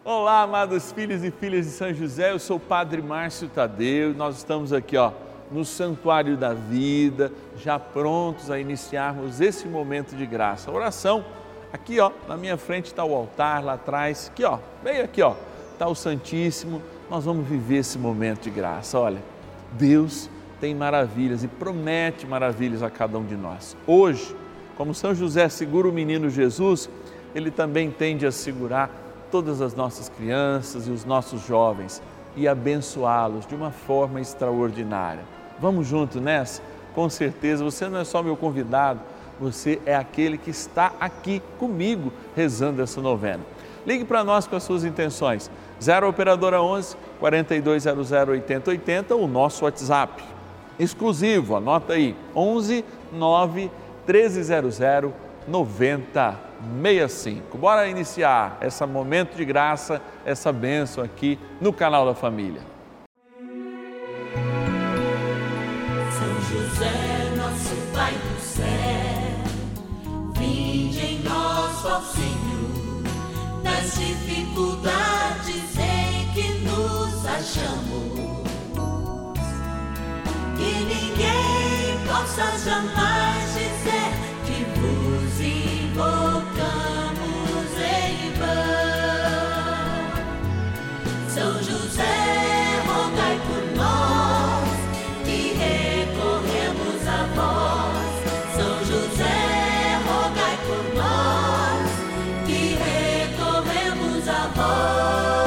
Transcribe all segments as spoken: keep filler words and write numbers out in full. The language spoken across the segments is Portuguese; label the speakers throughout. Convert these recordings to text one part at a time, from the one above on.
Speaker 1: Olá, amados filhos e filhas de São José, eu sou o Padre Márcio Tadeu e nós estamos aqui ó, no Santuário da Vida, já prontos a iniciarmos esse momento de graça. A oração, aqui ó, na minha frente está o altar, lá atrás, aqui ó, bem aqui ó, está o Santíssimo, nós vamos viver esse momento de graça. Olha, Deus tem maravilhas e promete maravilhas a cada um de nós. Hoje, como São José segura o menino Jesus, ele também tende a segurar todas as nossas crianças e os nossos jovens e abençoá-los de uma forma extraordinária. Vamos junto nessa? Com certeza, você não é só meu convidado, você é aquele que está aqui comigo rezando essa novena. Ligue para nós com as suas intenções, zero operadora onze, quarenta e dois zero zero, oitenta oitenta, o nosso WhatsApp exclusivo, anota aí, onze nove treze zero zero noventa sessenta e cinco. Bora iniciar esse momento de graça, essa bênção aqui no canal da família.
Speaker 2: São José, nosso Pai do céu, vinde em nós, ó Senhor, nas dificuldades em que nos achamos, que ninguém possa jamais dizer que vos invocamos em vão. São José, rogai por nós, que recorremos a vós. São José, rogai por nós, que recorremos a vós.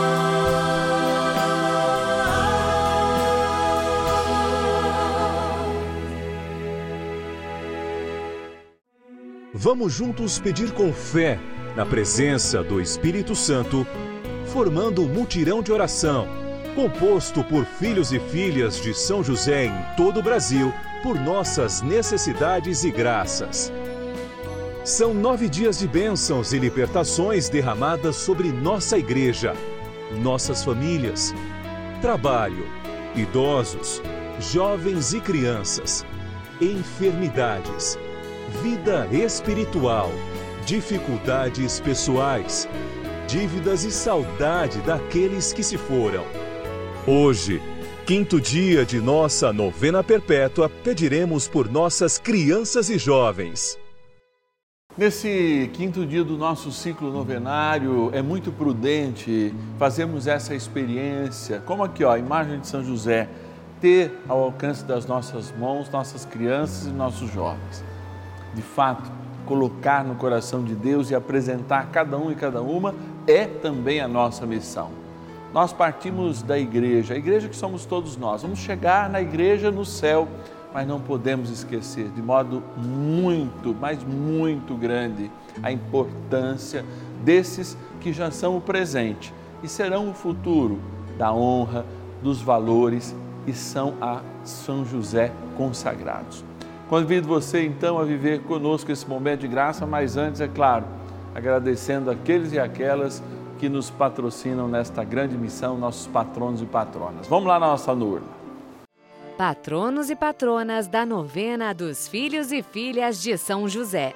Speaker 3: Vamos juntos pedir com fé, na presença do Espírito Santo, formando um mutirão de oração, composto por filhos e filhas de São José em todo o Brasil, por nossas necessidades e graças. São nove dias de bênçãos e libertações derramadas sobre nossa igreja, nossas famílias, trabalho, idosos, jovens e crianças, enfermidades, vida espiritual, dificuldades pessoais, dívidas e saudade daqueles que se foram. Hoje, quinto dia de nossa novena perpétua, pediremos por nossas crianças e jovens.
Speaker 1: Nesse quinto dia do nosso ciclo novenário, é muito prudente fazermos essa experiência, como aqui ó, a imagem de São José, ter ao alcance das nossas mãos, nossas crianças e nossos jovens. De fato, colocar no coração de Deus e apresentar cada um e cada uma é também a nossa missão. Nós partimos da igreja, a igreja que somos todos nós. Vamos chegar na igreja no céu, mas não podemos esquecer de modo muito, mas muito grande, a importância desses que já são o presente e serão o futuro da honra, dos valores e são a São José consagrados. Convido você então a viver conosco esse momento de graça, mas antes, é claro, agradecendo aqueles e aquelas que nos patrocinam nesta grande missão, nossos patronos e patronas. Vamos lá na nossa urna.
Speaker 4: Patronos e patronas da novena dos filhos e filhas de São José.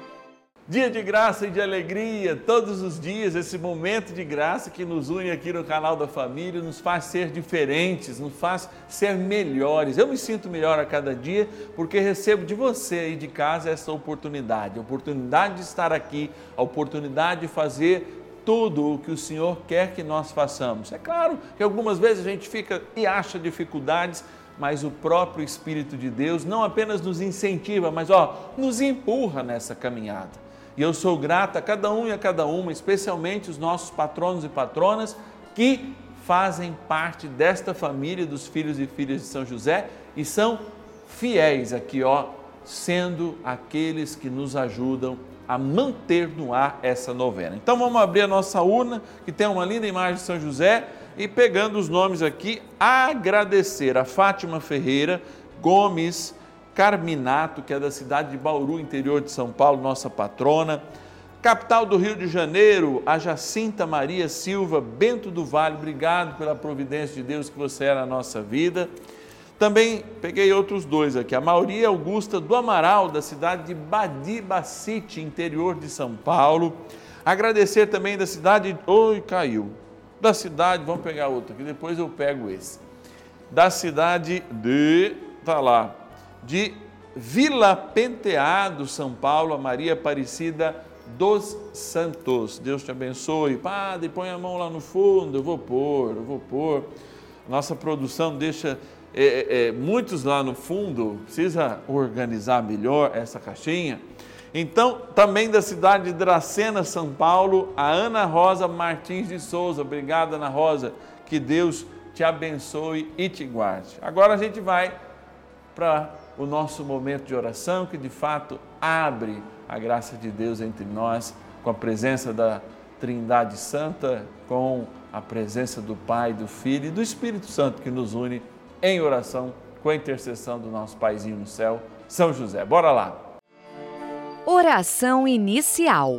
Speaker 1: Dia de graça e de alegria, todos os dias, esse momento de graça que nos une aqui no canal da família, nos faz ser diferentes, nos faz ser melhores. Eu me sinto melhor a cada dia porque recebo de você aí de casa essa oportunidade, a oportunidade de estar aqui, a oportunidade de fazer tudo o que o Senhor quer que nós façamos. É claro que algumas vezes a gente fica e acha dificuldades, mas o próprio Espírito de Deus não apenas nos incentiva, mas ó, nos empurra nessa caminhada. E eu sou grata a cada um e a cada uma, especialmente os nossos patronos e patronas que fazem parte desta família dos filhos e filhas de São José e são fiéis aqui, ó, sendo aqueles que nos ajudam a manter no ar essa novena. Então vamos abrir a nossa urna, que tem uma linda imagem de São José, e pegando os nomes aqui, agradecer a Fátima Ferreira Gomes Carminato, que é da cidade de Bauru, interior de São Paulo, nossa patrona. Capital do Rio de Janeiro, a Jacinta Maria Silva Bento do Vale, obrigado pela providência de Deus que você é na nossa vida. Também peguei outros dois aqui, a Maria Augusta do Amaral, da cidade de Badibacite, interior de São Paulo. Agradecer também da cidade, oi, caiu, da cidade, vamos pegar outro aqui, depois eu pego esse, da cidade de, tá lá, de Vila Penteado, São Paulo, a Maria Aparecida dos Santos. Deus te abençoe. Padre, põe a mão lá no fundo, eu vou pôr, eu vou pôr. Nossa produção deixa é, é, muitos lá no fundo, precisa organizar melhor essa caixinha. Então, também da cidade de Dracena, São Paulo, a Ana Rosa Martins de Souza. Obrigada, Ana Rosa, que Deus te abençoe e te guarde. Agora a gente vai para o nosso momento de oração, que de fato abre a graça de Deus entre nós, com a presença da Trindade Santa, com a presença do Pai, do Filho e do Espírito Santo, que nos une em oração com a intercessão do nosso Paizinho no céu, São José. Bora lá!
Speaker 4: Oração inicial.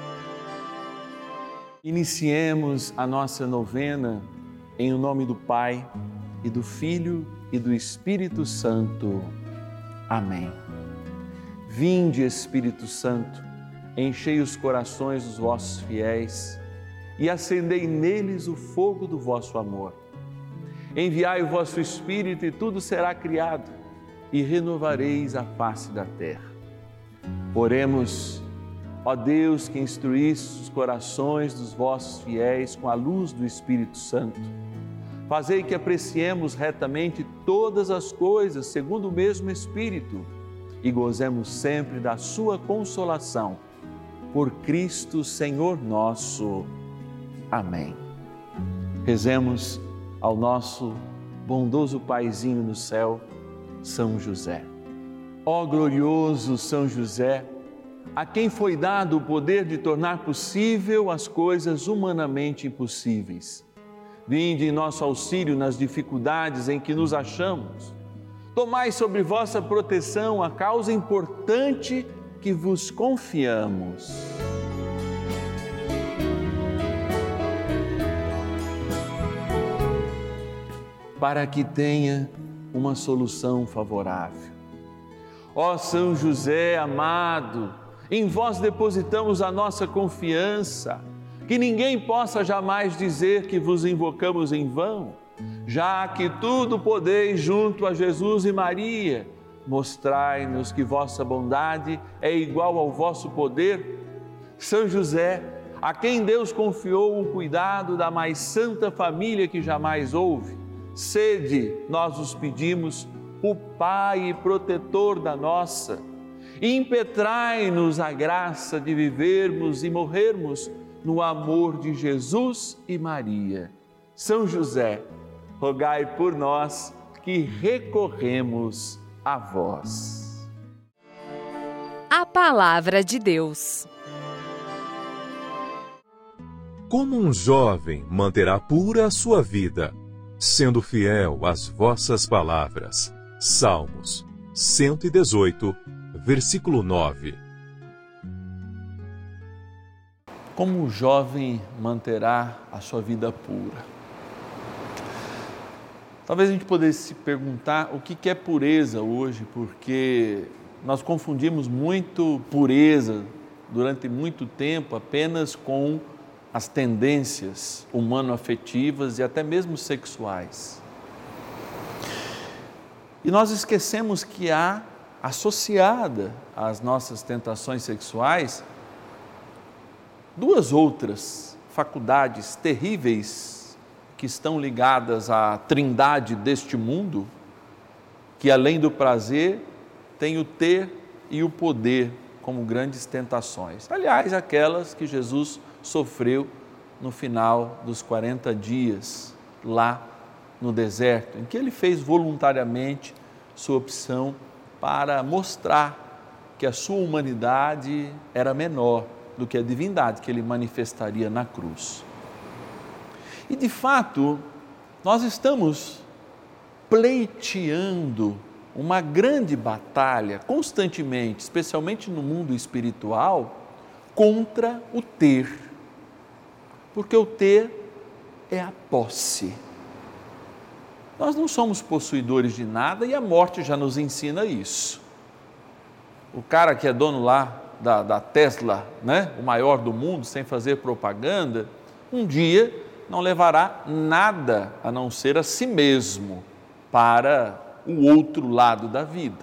Speaker 1: Iniciemos a nossa novena em nome do Pai, e do Filho e do Espírito Santo. Amém. Vinde, Espírito Santo, enchei os corações dos vossos fiéis e acendei neles o fogo do vosso amor. Enviai o vosso Espírito e tudo será criado, e renovareis a face da terra. Oremos, ó Deus, que instruísse os corações dos vossos fiéis com a luz do Espírito Santo. Fazei que apreciemos retamente todas as coisas segundo o mesmo Espírito e gozemos sempre da sua consolação. Por Cristo, Senhor nosso. Amém. Rezemos ao nosso bondoso Paizinho no céu, São José. Ó glorioso São José, a quem foi dado o poder de tornar possível as coisas humanamente impossíveis. Vinde em nosso auxílio nas dificuldades em que nos achamos. Tomai sobre vossa proteção a causa importante que vos confiamos. Para que tenha uma solução favorável. Ó São José amado, em vós depositamos a nossa confiança, que ninguém possa jamais dizer que vos invocamos em vão, já que tudo podeis junto a Jesus e Maria, mostrai-nos que vossa bondade é igual ao vosso poder. São José, a quem Deus confiou o cuidado da mais santa família que jamais houve, sede, nós os pedimos, o Pai e protetor da nossa, e impetrai-nos a graça de vivermos e morrermos no amor de Jesus e Maria. São José, rogai por nós que recorremos a vós.
Speaker 4: A Palavra de Deus.
Speaker 3: Como um jovem manterá pura a sua vida, sendo fiel às vossas palavras. Salmos cento e dezoito, versículo nove.
Speaker 1: Como o jovem manterá a sua vida pura? Talvez a gente pudesse se perguntar o que é pureza hoje, porque nós confundimos muito pureza durante muito tempo apenas com as tendências humano-afetivas e até mesmo sexuais. E nós esquecemos que há, associada às nossas tentações sexuais, duas outras faculdades terríveis que estão ligadas à trindade deste mundo, que além do prazer, tem o ter e o poder como grandes tentações. Aliás, aquelas que Jesus sofreu no final dos quarenta dias, lá no deserto, em que ele fez voluntariamente sua opção para mostrar que a sua humanidade era menor do que a divindade que ele manifestaria na cruz. E de fato, nós estamos pleiteando uma grande batalha constantemente, especialmente no mundo espiritual, contra o ter. Porque o ter é a posse. Nós não somos possuidores de nada e a morte já nos ensina isso. O cara que é dono lá da, da Tesla, né? O maior do mundo, sem fazer propaganda, um dia não levará nada a não ser a si mesmo para o outro lado da vida.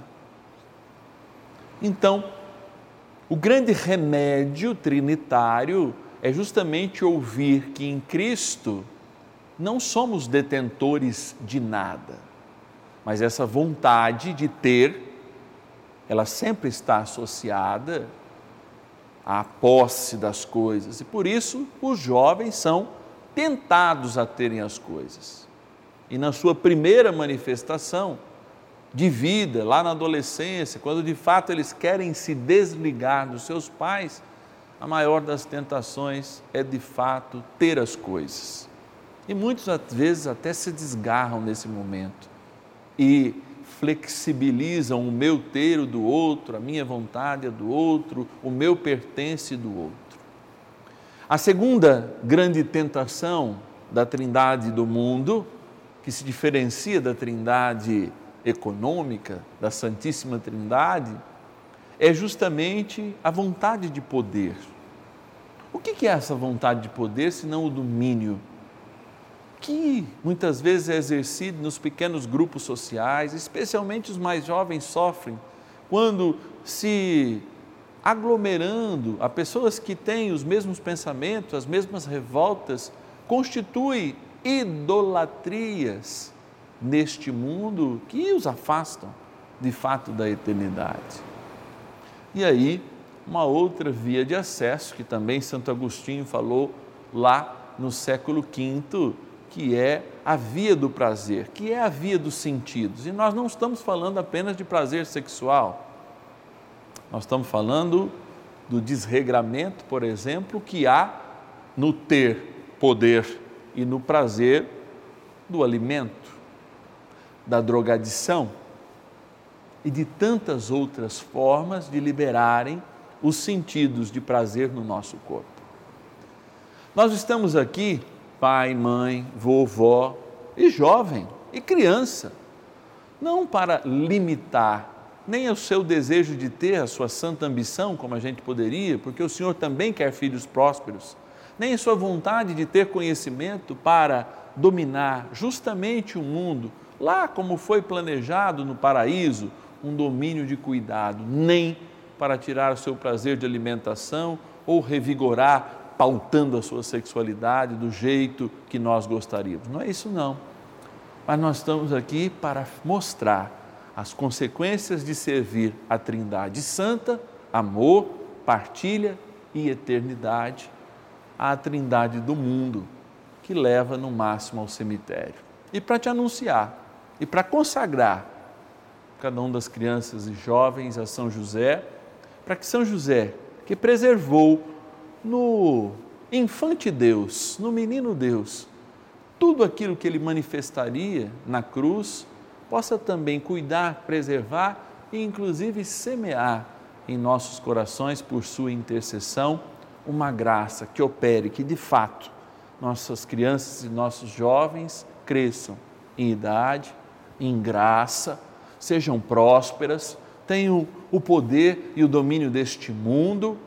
Speaker 1: Então, o grande remédio trinitário é justamente ouvir que em Cristo não somos detentores de nada, mas essa vontade de ter, ela sempre está associada à posse das coisas. E por isso os jovens são tentados a terem as coisas. E na sua primeira manifestação de vida, lá na adolescência, quando de fato eles querem se desligar dos seus pais, a maior das tentações é de fato ter as coisas. E muitos às vezes até se desgarram nesse momento e flexibilizam o meu ter o do outro, a minha vontade é do outro, o meu pertence do outro. A segunda grande tentação da trindade do mundo, que se diferencia da trindade econômica, da Santíssima Trindade, é justamente a vontade de poder. O que é essa vontade de poder, senão o domínio? Que muitas vezes é exercido nos pequenos grupos sociais, especialmente os mais jovens sofrem, quando se aglomerando a pessoas que têm os mesmos pensamentos, as mesmas revoltas, constitui idolatrias neste mundo que os afastam de fato da eternidade. E aí, uma outra via de acesso, que também Santo Agostinho falou lá no século quinto, que é a via do prazer, que é a via dos sentidos. E nós não estamos falando apenas de prazer sexual, nós estamos falando do desregramento, por exemplo, que há no ter poder e no prazer do alimento, da drogadição e de tantas outras formas de liberarem os sentidos de prazer no nosso corpo. Nós estamos aqui, pai, mãe, vovó e jovem e criança, não para limitar nem o seu desejo de ter a sua santa ambição, como a gente poderia, porque o Senhor também quer filhos prósperos, nem a sua vontade de ter conhecimento para dominar justamente o mundo, lá como foi planejado no paraíso, um domínio de cuidado, nem para tirar o seu prazer de alimentação ou revigorar, pautando a sua sexualidade do jeito que nós gostaríamos. Não é isso não, mas nós estamos aqui para mostrar as consequências de servir a Trindade Santa, amor, partilha e eternidade, à Trindade do mundo, que leva no máximo ao cemitério. E para te anunciar, e para consagrar cada uma das crianças e jovens a São José, para que São José, que preservou no infante Deus, no menino Deus, tudo aquilo que ele manifestaria na cruz, possa também cuidar, preservar e inclusive semear em nossos corações, por sua intercessão, uma graça que opere, que de fato nossas crianças e nossos jovens cresçam em idade, em graça, sejam prósperas, tenham o poder e o domínio deste mundo,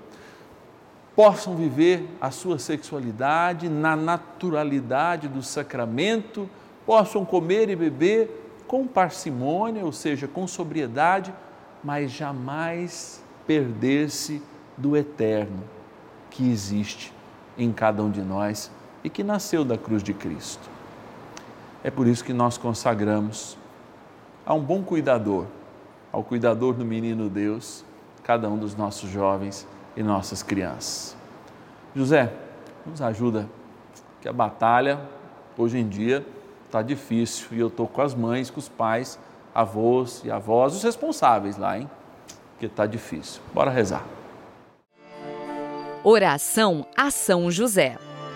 Speaker 1: possam viver a sua sexualidade na naturalidade do sacramento, possam comer e beber com parcimônia, ou seja, com sobriedade, mas jamais perder-se do eterno que existe em cada um de nós e que nasceu da cruz de Cristo. É por isso que nós consagramos a um bom cuidador, ao cuidador do menino Deus, cada um dos nossos jovens e nossas crianças. José, nos ajuda, que a batalha hoje em dia está difícil e eu estou com as mães, com os pais, avós e avós, os responsáveis lá, hein? Porque está difícil. Bora rezar.
Speaker 4: Oração a São José.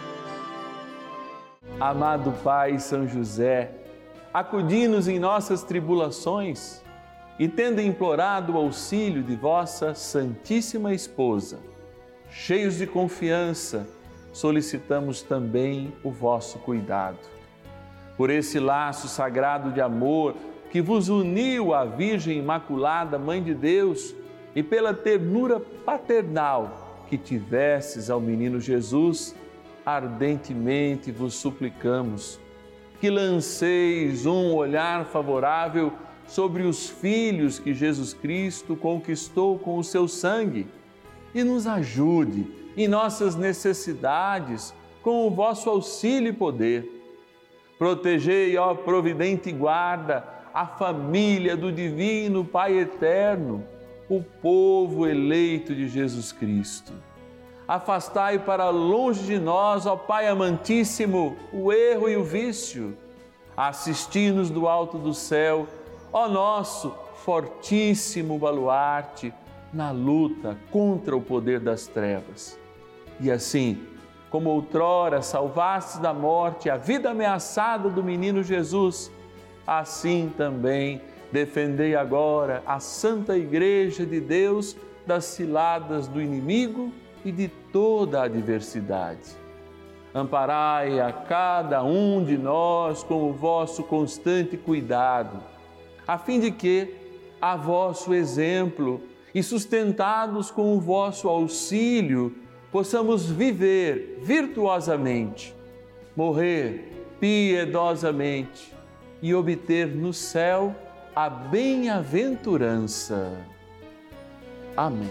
Speaker 1: Amado Pai São José, acudi-nos em nossas tribulações e, tendo implorado o auxílio de vossa Santíssima Esposa, cheios de confiança, solicitamos também o vosso cuidado. Por esse laço sagrado de amor que vos uniu à Virgem Imaculada, Mãe de Deus, e pela ternura paternal que tivesses ao menino Jesus, ardentemente vos suplicamos que lanceis um olhar favorável sobre os filhos que Jesus Cristo conquistou com o seu sangue e nos ajude em nossas necessidades com o vosso auxílio e poder. Protegei, ó providente guarda, a família do Divino Pai Eterno, o povo eleito de Jesus Cristo. Afastai para longe de nós, ó Pai amantíssimo, o erro e o vício. Assisti-nos do alto do céu, ó nosso fortíssimo baluarte, na luta contra o poder das trevas. E assim, como outrora salvastes da morte a vida ameaçada do menino Jesus, assim também defendei agora a Santa Igreja de Deus das ciladas do inimigo e de toda a adversidade. Amparai a cada um de nós com o vosso constante cuidado, a fim de que, a vosso exemplo e sustentados com o vosso auxílio, possamos viver virtuosamente, morrer piedosamente e obter no céu a bem-aventurança. Amém.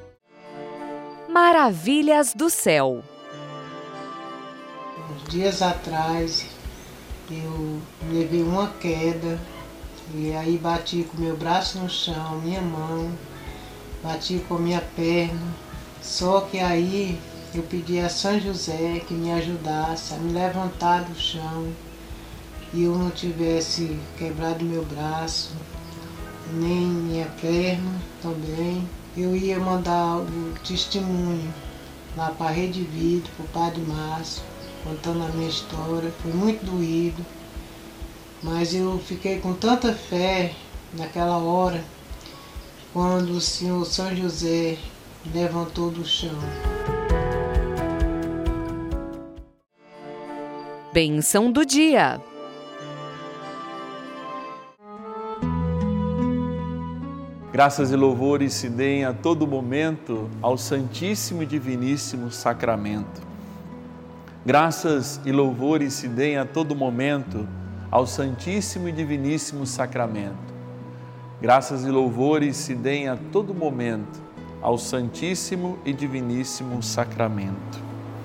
Speaker 4: Maravilhas do céu.
Speaker 5: Uns dias atrás eu levei uma queda e aí bati com meu braço no chão, minha mão, bati com minha perna. Só que aí eu pedi a São José que me ajudasse a me levantar do chão e eu não tivesse quebrado meu braço, nem minha perna também. Eu ia mandar o testemunho lá para a Rede Vida, para o Padre Márcio, contando a minha história. Foi muito doído, mas eu fiquei com tanta fé naquela hora, quando o Senhor São José me levantou do chão.
Speaker 4: Bênção do dia.
Speaker 1: Graças e louvores se deem a todo momento ao Santíssimo e Diviníssimo Sacramento. Graças e louvores se deem a todo momento ao Santíssimo e Diviníssimo Sacramento. Graças e louvores se deem a todo momento ao Santíssimo e Diviníssimo Sacramento.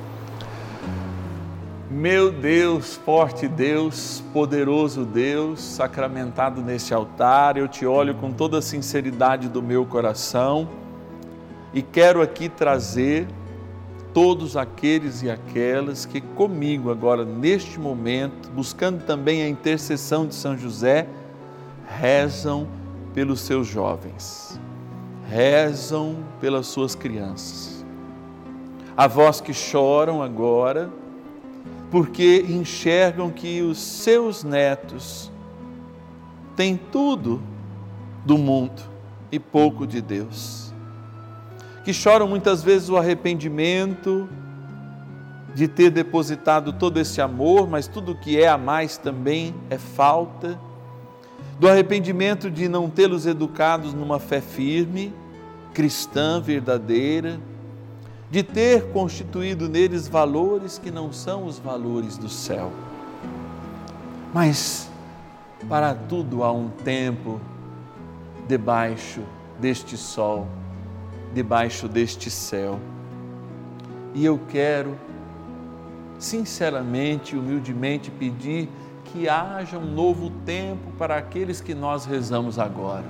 Speaker 1: Meu Deus, forte Deus, poderoso Deus, sacramentado neste altar, eu te olho com toda a sinceridade do meu coração e quero aqui trazer todos aqueles e aquelas que comigo agora neste momento, buscando também a intercessão de São José, rezam pelos seus jovens, rezam pelas suas crianças. Avós que choram agora, porque enxergam que os seus netos têm tudo do mundo e pouco de Deus. Que choram muitas vezes o arrependimento de ter depositado todo esse amor, mas tudo que é a mais também é falta. Do arrependimento de não tê-los educados numa fé firme, cristã, verdadeira, de ter constituído neles valores que não são os valores do céu. Mas para tudo há um tempo debaixo deste sol, debaixo deste céu. E eu quero, sinceramente e humildemente, pedir que haja um novo tempo para aqueles que nós rezamos agora.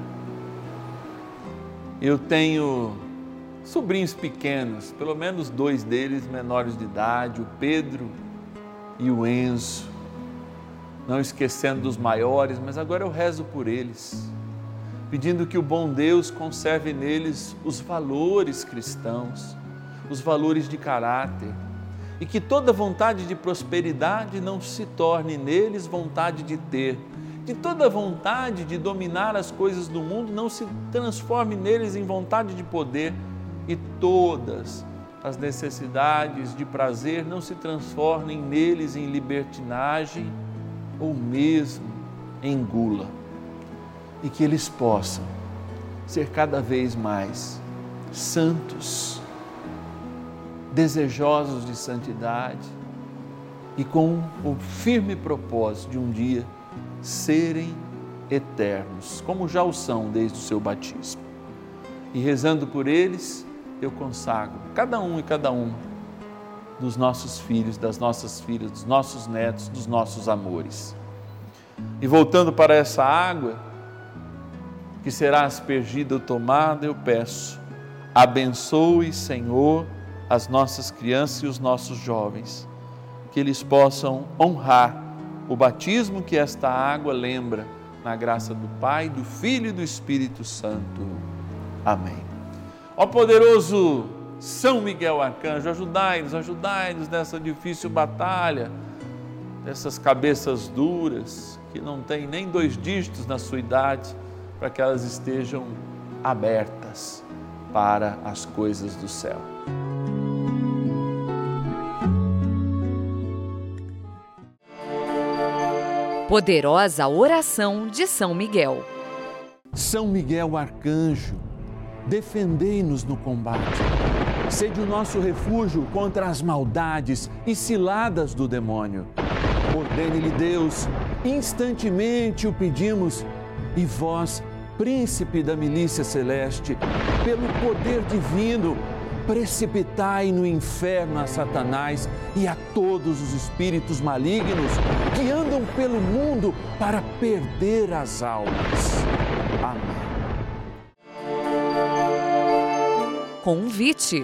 Speaker 1: Eu tenho sobrinhos pequenos, pelo menos dois deles menores de idade, o Pedro e o Enzo, não esquecendo dos maiores, mas agora eu rezo por eles, pedindo que o bom Deus conserve neles os valores cristãos, os valores de caráter, e que toda vontade de prosperidade não se torne neles vontade de ter, que toda vontade de dominar as coisas do mundo não se transforme neles em vontade de poder, e todas as necessidades de prazer não se transformem neles em libertinagem ou mesmo em gula. E que eles possam ser cada vez mais santos, desejosos de santidade e com o firme propósito de um dia serem eternos, como já o são desde o seu batismo. E rezando por eles, eu consagro cada um e cada uma dos nossos filhos, das nossas filhas, dos nossos netos, dos nossos amores. E voltando para essa água que será aspergida ou tomada, eu peço, abençoe, Senhor, as nossas crianças e os nossos jovens, que eles possam honrar o batismo que esta água lembra, na graça do Pai, do Filho e do Espírito Santo. Amém. Ó poderoso São Miguel Arcanjo, ajudai-nos, ajudai-nos nessa difícil batalha, dessas cabeças duras, que não têm nem dois dígitos na sua idade, para que elas estejam abertas para as coisas do céu.
Speaker 4: Poderosa oração de São Miguel.
Speaker 1: São Miguel Arcanjo, defendei-nos no combate. Sede o nosso refúgio contra as maldades e ciladas do demônio. Ordene-lhe Deus, instantemente o pedimos, e vós, príncipe da milícia celeste, pelo poder divino, precipitai no inferno a Satanás e a todos os espíritos malignos que andam pelo mundo para perder as almas. Amém.
Speaker 4: Convite.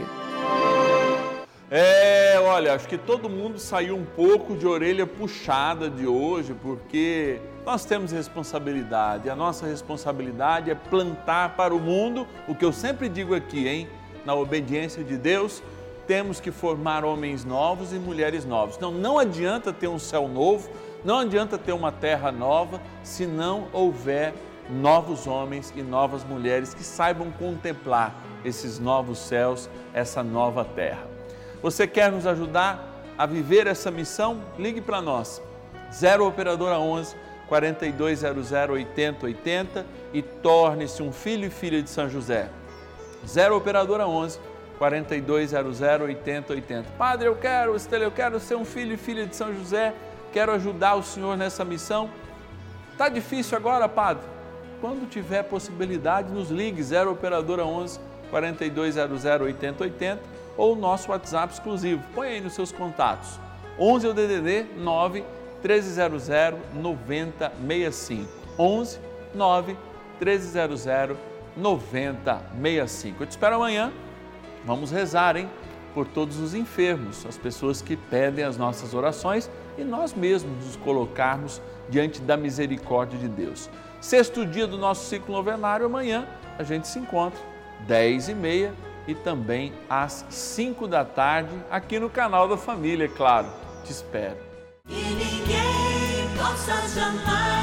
Speaker 1: É, olha, acho que todo mundo saiu um pouco de orelha puxada de hoje, porque nós temos responsabilidade. A nossa responsabilidade é plantar para o mundo o que eu sempre digo aqui, hein? Na obediência de Deus, temos que formar homens novos e mulheres novos. Não, não adianta ter um céu novo, não adianta ter uma terra nova, se não houver novos homens e novas mulheres que saibam contemplar esses novos céus, essa nova terra. Você quer nos ajudar a viver essa missão? Ligue para nós, zero operadora onze, quarenta e dois zero zero, oitenta oitenta e torne-se um filho e filha de São José. zero operadora onze, quarenta e dois zero zero, oitenta oitenta. Padre, eu quero, Estela, eu quero ser um filho e filha de São José, quero ajudar o Senhor nessa missão. Está difícil agora, Padre? Quando tiver possibilidade, nos ligue, zero operadora onze, quarenta e dois zero zero, oitenta oitenta ou o nosso WhatsApp exclusivo. Põe aí nos seus contatos. onze é o D D D nove, treze zero zero, noventa sessenta e cinco. onze, nove, treze zero zero, noventa sessenta e cinco. Eu te espero amanhã. Vamos rezar, hein? Por todos os enfermos, as pessoas que pedem as nossas orações e nós mesmos nos colocarmos diante da misericórdia de Deus. Sexto dia do nosso ciclo novenário, amanhã a gente se encontra, dez e meia e também às cinco da tarde, aqui no canal da Família, é claro. Te espero.
Speaker 2: E ninguém possa jamais